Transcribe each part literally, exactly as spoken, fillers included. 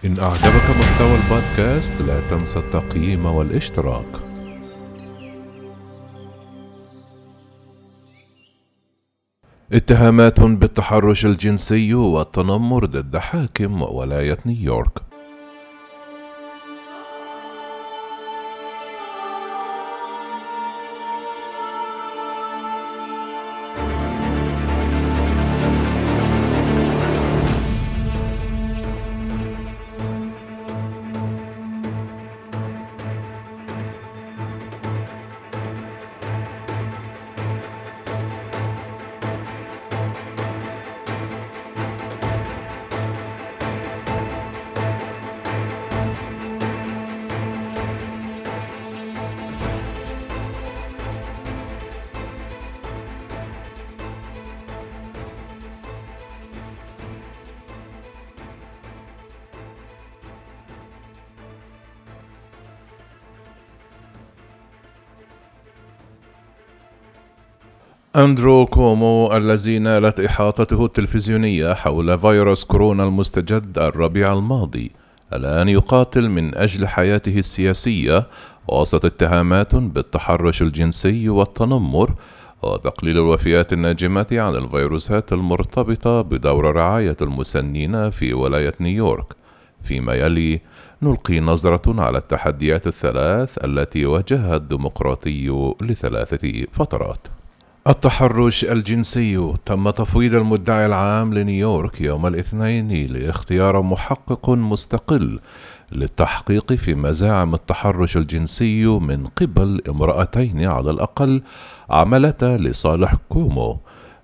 إن أعجبك محتوى البودكاست لا تنسى التقييم والاشتراك. اتهامات بالتحرش الجنسي والتنمر ضد حاكم ولاية نيويورك. أندرو كومو الذي نالت إحاطته التلفزيونية حول فيروس كورونا المستجد الربيع الماضي الآن يقاتل من أجل حياته السياسية وسط اتهامات بالتحرش الجنسي والتنمر وتقليل الوفيات الناجمة عن الفيروسات المرتبطة بدور رعاية المسنين في ولاية نيويورك. فيما يلي نلقي نظرة على التحديات الثلاث التي واجهها الديمقراطي لثلاثة فترات. التحرش الجنسي. تم تفويض المدعي العام لنيويورك يوم الاثنين لاختيار محقق مستقل للتحقيق في مزاعم التحرش الجنسي من قبل امرأتين على الأقل عملتا لصالح كومو.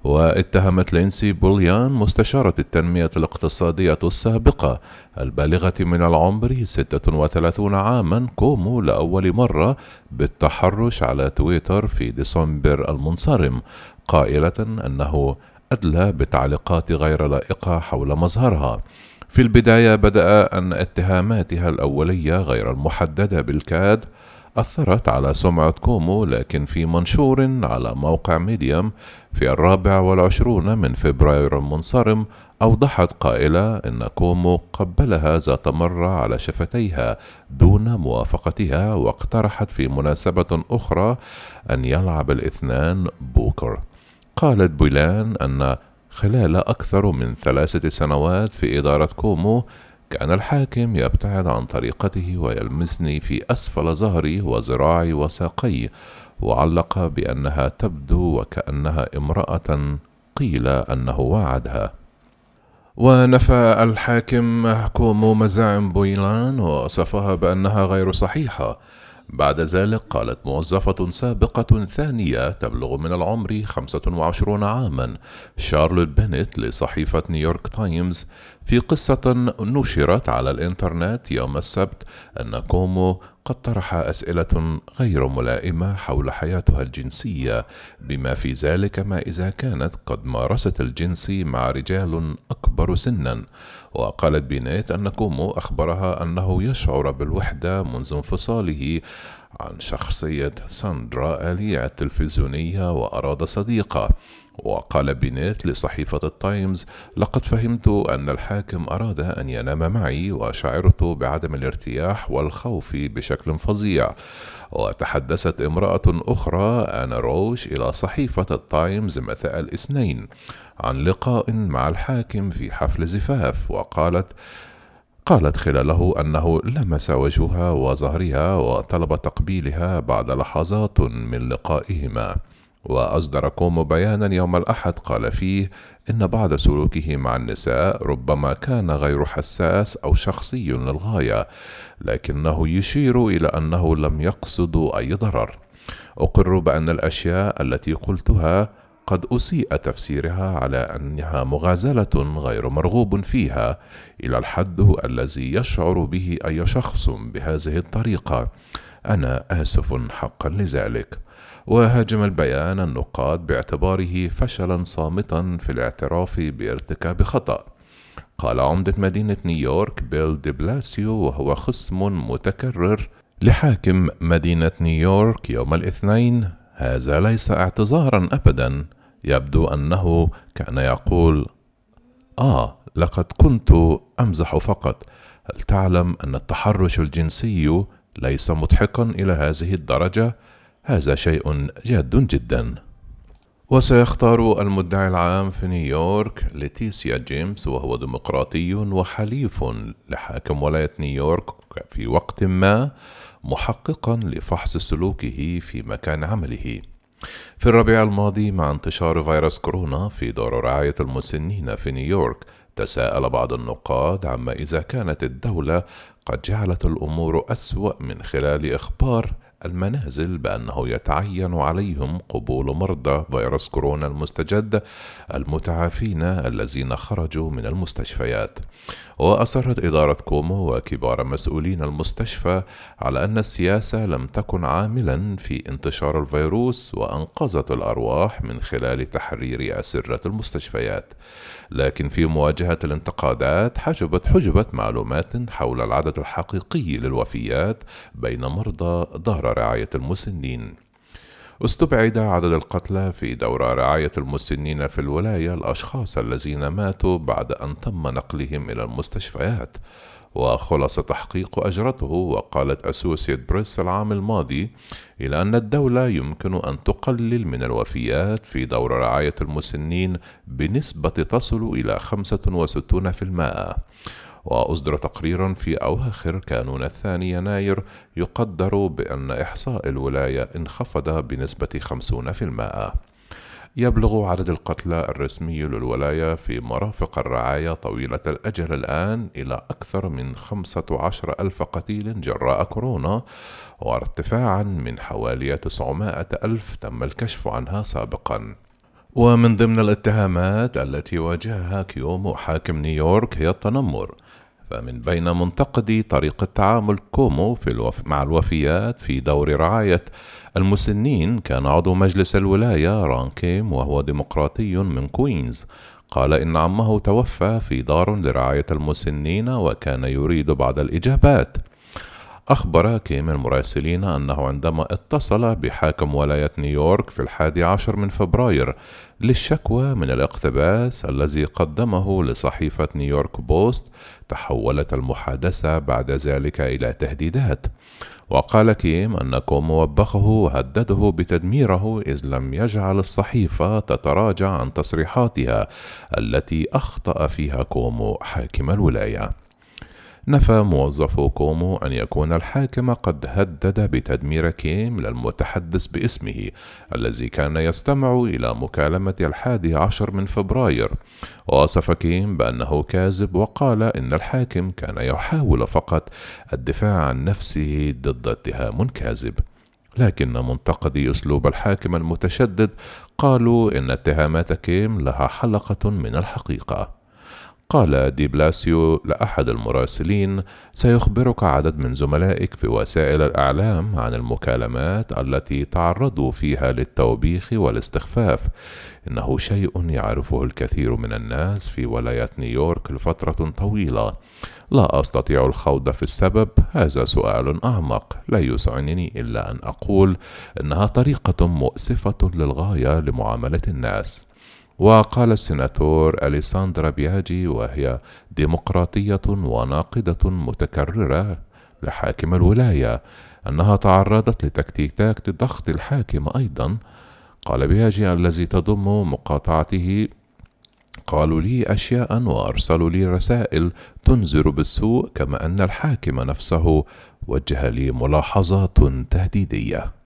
واتهمت لينسي بوليان مستشارة التنمية الاقتصادية السابقة البالغة من العمر ستة وثلاثين عاما كومو لأول مرة بالتحرش على تويتر في ديسمبر المنصرم، قائلة أنه أدلى بتعليقات غير لائقة حول مظهرها. في البداية بدأ أن اتهاماتها الأولية غير المحددة بالكاد أثرت على سمعة كومو، لكن في منشور على موقع ميديم في الرابع والعشرون من فبراير المنصرم أوضحت قائلة أن كومو قبلها ذات مرة على شفتيها دون موافقتها، واقترحت في مناسبة أخرى أن يلعب الاثنان بوكر. قالت بولان أن خلال أكثر من ثلاثة سنوات في إدارة كومو كان الحاكم يبتعد عن طريقته ويلمسني في أسفل ظهري وذراعي وساقي، وعلق بأنها تبدو وكأنها امرأة قيل أنه وعدها. ونفى الحاكم كومو مزاعم بويلان ووصفها بأنها غير صحيحة. بعد ذلك قالت موظفة سابقة ثانية تبلغ من العمر خمسة وعشرين عاما شارلوت بينيت لصحيفة نيويورك تايمز في قصة نشرت على الإنترنت يوم السبت أن كومو قد طرح أسئلة غير ملائمة حول حياتها الجنسية، بما في ذلك ما إذا كانت قد مارست الجنس مع رجال أكبر سنا. وقالت بينيت أن كومو أخبرها أنه يشعر بالوحدة منذ انفصاله عن شخصية ساندرا آلية التلفزيونية وأراد صديقة. وقال بينيت لصحيفة التايمز: لقد فهمت أن الحاكم أراد أن ينام معي وشعرت بعدم الارتياح والخوف بشكل فظيع. وتحدثت امرأة أخرى آنا روش إلى صحيفة التايمز مساء الاثنين عن لقاء مع الحاكم في حفل زفاف، وقالت قالت خلاله أنه لمس وجهها وظهرها وطلب تقبيلها بعد لحظات من لقائهما. وأصدر كومو بيانا يوم الأحد قال فيه إن بعض سلوكه مع النساء ربما كان غير حساس أو شخصي للغاية، لكنه يشير إلى أنه لم يقصد أي ضرر. أقر بأن الأشياء التي قلتها قد أسيء تفسيرها على أنها مغازلة غير مرغوب فيها إلى الحد الذي يشعر به أي شخص بهذه الطريقة. أنا آسف حقا لذلك. وهاجم البيان النقاد باعتباره فشلا صامتا في الاعتراف بارتكاب خطأ. قال عمدة مدينة نيويورك بيل دي بلاسيو، وهو خصم متكرر لحاكم مدينة نيويورك يوم الاثنين: هذا ليس اعتذارا أبدا. يبدو أنه كان يقول: آه لقد كنت أمزح فقط. هل تعلم أن التحرش الجنسي ليس مضحكا إلى هذه الدرجة؟ هذا شيء جاد جدا. وسيختار المدعي العام في نيويورك ليتيسيا جيمس، وهو ديمقراطي وحليف لحاكم ولاية نيويورك في وقت ما، محققا لفحص سلوكه في مكان عمله. في الربيع الماضي مع انتشار فيروس كورونا في دور رعاية المسنين في نيويورك، تساءل بعض النقاد عما إذا كانت الدولة قد جعلت الأمور أسوأ من خلال إخبار المنازل بأنه يتعين عليهم قبول مرضى فيروس كورونا المستجد المتعافين الذين خرجوا من المستشفيات. وأصرت إدارة كومو وكبار مسؤولين المستشفى على أن السياسة لم تكن عاملا في انتشار الفيروس، وأنقذت الأرواح من خلال تحرير أسرة المستشفيات. لكن في مواجهة الانتقادات حجبت حجبت معلومات حول العدد الحقيقي للوفيات بين مرضى دار رعاية المسنين. استبعد عدد القتلى في دور رعاية المسنين في الولاية الأشخاص الذين ماتوا بعد أن تم نقلهم إلى المستشفيات. وخلص تحقيق أجرته، وقالت أسوسيت بريس العام الماضي إلى أن الدولة يمكن أن تقلل من الوفيات في دور رعاية المسنين بنسبة تصل إلى خمسة وستين بالمئة. وأصدر تقرير في أواخر كانون الثاني يناير يقدر بأن إحصاء الولاية انخفض بنسبة خمسين بالمئة. يبلغ عدد القتلى الرسمي للولاية في مرافق الرعاية طويلة الأجل الآن إلى أكثر من خمسة عشر ألف قتيل جراء كورونا، وارتفاعا من حوالي تسعمائة ألف تم الكشف عنها سابقا. ومن ضمن الاتهامات التي واجهها كيومو حاكم نيويورك هي التنمر. فمن بين منتقدي طريقة تعامل كومو في الوف... مع الوفيات في دور رعاية المسنين كان عضو مجلس الولاية ران كيم، وهو ديمقراطي من كوينز. قال إن عمه توفى في دار لرعاية المسنين وكان يريد بعض الإجابات. أخبر كيم المراسلين أنه عندما اتصل بحاكم ولاية نيويورك في الحادي عشر من فبراير للشكوى من الاقتباس الذي قدمه لصحيفة نيويورك بوست، تحولت المحادثة بعد ذلك إلى تهديدات. وقال كيم أن كومو وبخه وهدده بتدميره إذ لم يجعل الصحيفة تتراجع عن تصريحاتها التي أخطأ فيها كومو حاكم الولاية. نفى موظف كومو أن يكون الحاكم قد هدد بتدمير كيم للمتحدث باسمه الذي كان يستمع إلى مكالمة الحادي عشر من فبراير. ووصف كيم بأنه كاذب، وقال إن الحاكم كان يحاول فقط الدفاع عن نفسه ضد اتهام كاذب. لكن منتقدي أسلوب الحاكم المتشدد قالوا إن اتهامات كيم لها حلقة من الحقيقة. قال دي بلاسيو لأحد المراسلين: سيخبرك عدد من زملائك في وسائل الإعلام عن المكالمات التي تعرضوا فيها للتوبيخ والاستخفاف. إنه شيء يعرفه الكثير من الناس في ولاية نيويورك لفترة طويلة. لا أستطيع الخوض في السبب، هذا سؤال أعمق. لا يسعني إلا أن أقول إنها طريقة مؤسفة للغاية لمعاملة الناس. وقال السيناتور أليساندرا بياجي، وهي ديمقراطية وناقدة متكررة لحاكم الولاية، أنها تعرضت لتكتيكات ضغط الحاكم أيضا. قال بياجي الذي تضم مقاطعته: قالوا لي أشياء وأرسلوا لي رسائل تنذر بالسوء، كما أن الحاكم نفسه وجه لي ملاحظات تهديدية.